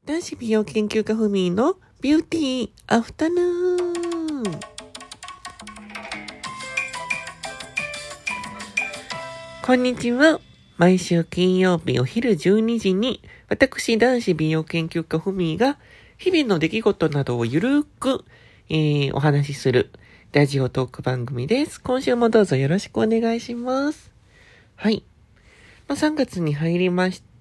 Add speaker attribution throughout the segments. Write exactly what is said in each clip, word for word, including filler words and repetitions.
Speaker 1: 男子美容研究家ふみのビューティーアフタヌーン。こんにちは。毎週金曜日お昼じゅうにじに私男子美容研究家ふみが日々の出来事などをゆるく、えー、お話しするラジオトーク番組です。今週もどうぞよろしくお願いします。はい。まあ、さんがつに入りまして、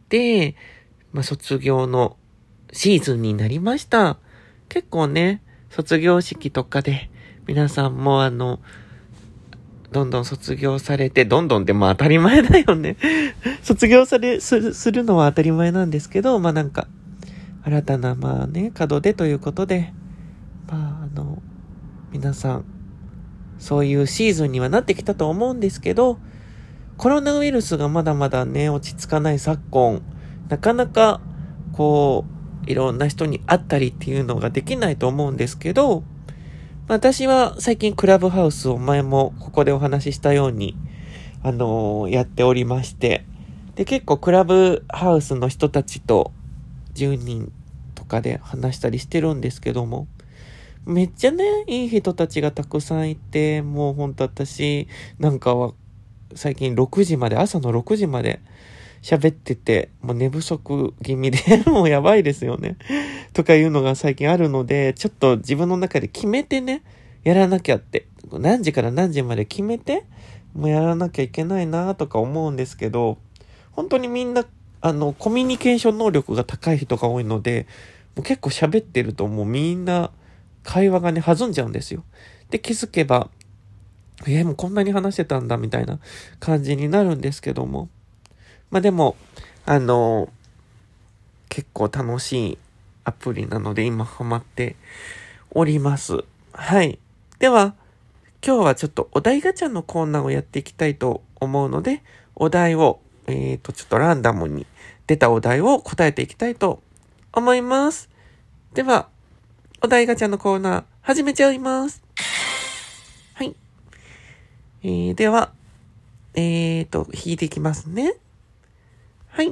Speaker 1: まあ、卒業のシーズンになりました。結構ね、卒業式とかで皆さんもあの、どんどん卒業されて、どんどんでも当たり前だよね。卒業されする、するのは当たり前なんですけど、まあなんか、新たなまあね、門出ということで、まああの、皆さん、そういうシーズンにはなってきたと思うんですけど、コロナウイルスがまだまだね、落ち着かない昨今、なかなか、こう、いろんな人に会ったりっていうのができないと思うんですけど、私は最近クラブハウスを前もここでお話ししたように、あのー、やっておりまして、で、結構クラブハウスの人たちとじゅうにんとかで話したりしてるんですけども、めっちゃね、いい人たちがたくさんいて、もうほんと私なんかは最近ろくじまで、朝のろくじまで喋ってて、もう寝不足気味でもうやばいですよねとかいうのが最近あるので、ちょっと自分の中で決めてね、やらなきゃって、何時から何時まで決めてもうやらなきゃいけないなとか思うんですけど、本当にみんなあのコミュニケーション能力が高い人が多いので、もう結構喋ってるともうみんな会話がね弾んじゃうんですよ。で、気づけばえー、もうこんなに話してたんだみたいな感じになるんですけども、まあでもあのー、結構楽しいアプリなので今ハマっております。はい。では今日はちょっとお題ガチャのコーナーをやっていきたいと思うので、お題をえーとちょっとランダムに出たお題を答えていきたいと思います。ではお題ガチャのコーナー始めちゃいます。はい。えー、ではえーと引いていきますね。はい。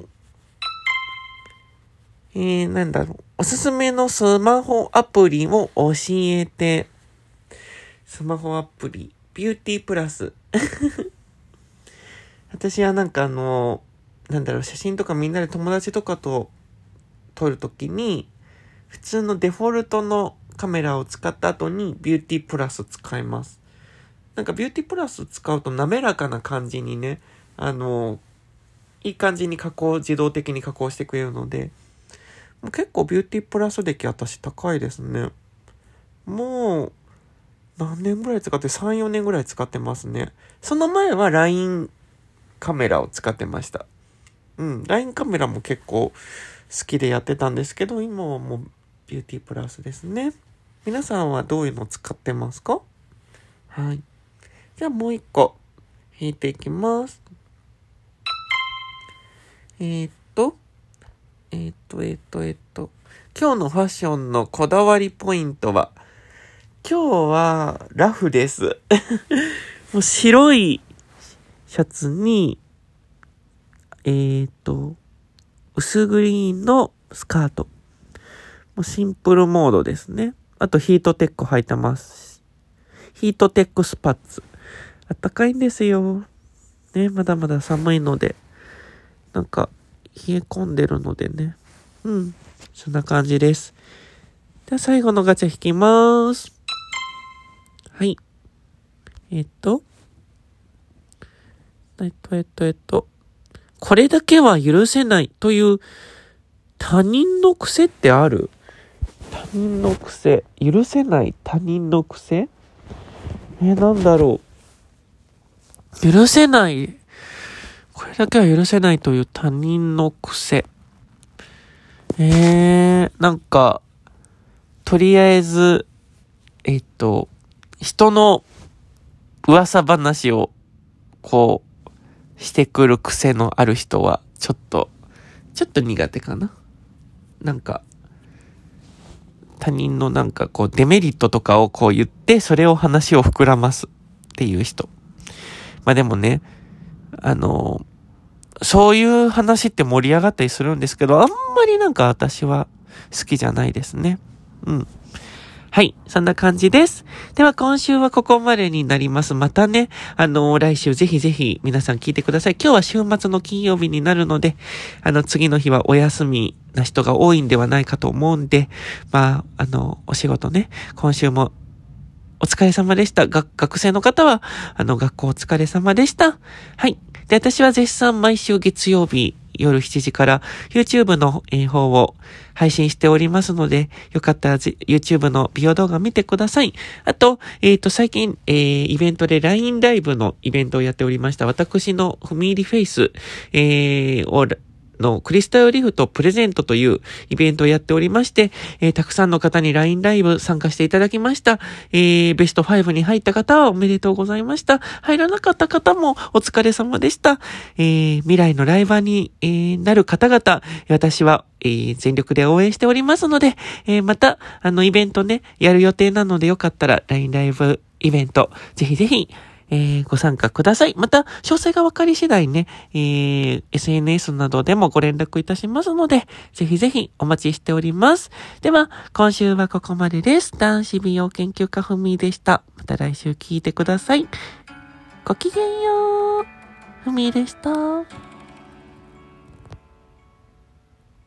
Speaker 1: えー、なんだろう。おすすめのスマホアプリを教えて。スマホアプリ、ビューティープラス。私はなんかあの、なんだろう、写真とかみんなで友達とかと撮るときに、普通のデフォルトのカメラを使った後にビューティープラス使います。なんかビューティープラス使うと滑らかな感じにね、あの、いい感じに加工、自動的に加工してくれるので、もう結構ビューティープラス歴私高いですね。もう何年ぐらい使って、さん、よねんぐらい使ってますね。その前は ライン カメラを使ってました。うん、ライン カメラも結構好きでやってたんですけど、今はもうビューティープラスですね。皆さんはどういうのを使ってますか？はい。じゃあもう一個引いていきます。えー、っと、えー、っと、えー、っと、えー、っと、今日のファッションのこだわりポイントは、今日はラフです。もう白いシャツに、えー、っと、薄グリーンのスカート。もうシンプルモードですね。あとヒートテック履いてます。ヒートテックスパッツ。あったかいんですよ。ね、まだまだ寒いので、なんか冷え込んでるのでね。うん、そんな感じです。では最後のガチャ引きます。はい。えっと、えっと、えっと、えっと、これだけは許せないという他人の癖ってある？他人の癖。許せない他人の癖？え、なんだろう。許せない。これだけは許せないという他人の癖。えー、なんか、とりあえず、えっと、人の噂話を、こう、してくる癖のある人は、ちょっと、ちょっと苦手かな。なんか、他人のなんかこう、デメリットとかをこう言って、それを話を膨らますっていう人。まあでもね、あの、そういう話って盛り上がったりするんですけど、あんまりなんか私は好きじゃないですね。うん。はい。そんな感じです。では今週はここまでになります。またね、あのー、来週ぜひぜひ皆さん聞いてください。今日は週末の金曜日になるので、あの、次の日はお休みな人が多いんではないかと思うんで、まあ、あの、お仕事ね、今週もお疲れ様でした。が、学生の方は、あの、学校お疲れ様でした。はい。で、私は絶賛毎週月曜日、夜しちじから YouTube の、えー、方を配信しておりますので、よかったら YouTube の美容動画見てください。あと、えっと、最近、えー、イベントで ライン ライブのイベントをやっておりました。私の踏み入りフェイス、えー、を、のクリスタルリフトプレゼントというイベントをやっておりまして、えー、たくさんの方に ライン ライブ参加していただきました。えー、ベストごに入った方はおめでとうございました。入らなかった方もお疲れ様でした。えー、未来のライバーに、えー、なる方々、私は、えー、全力で応援しておりますので、えー、また、あのイベントね、やる予定なのでよかったら ライン ライブイベント、ぜひぜひ、えー、ご参加ください。また、詳細が分かり次第ね、えー、エスエヌエス などでもご連絡いたしますので、ぜひぜひお待ちしております。では、今週はここまでです。男子美容研究家ふみでした。また来週聞いてください。ごきげんよう。ふみでした。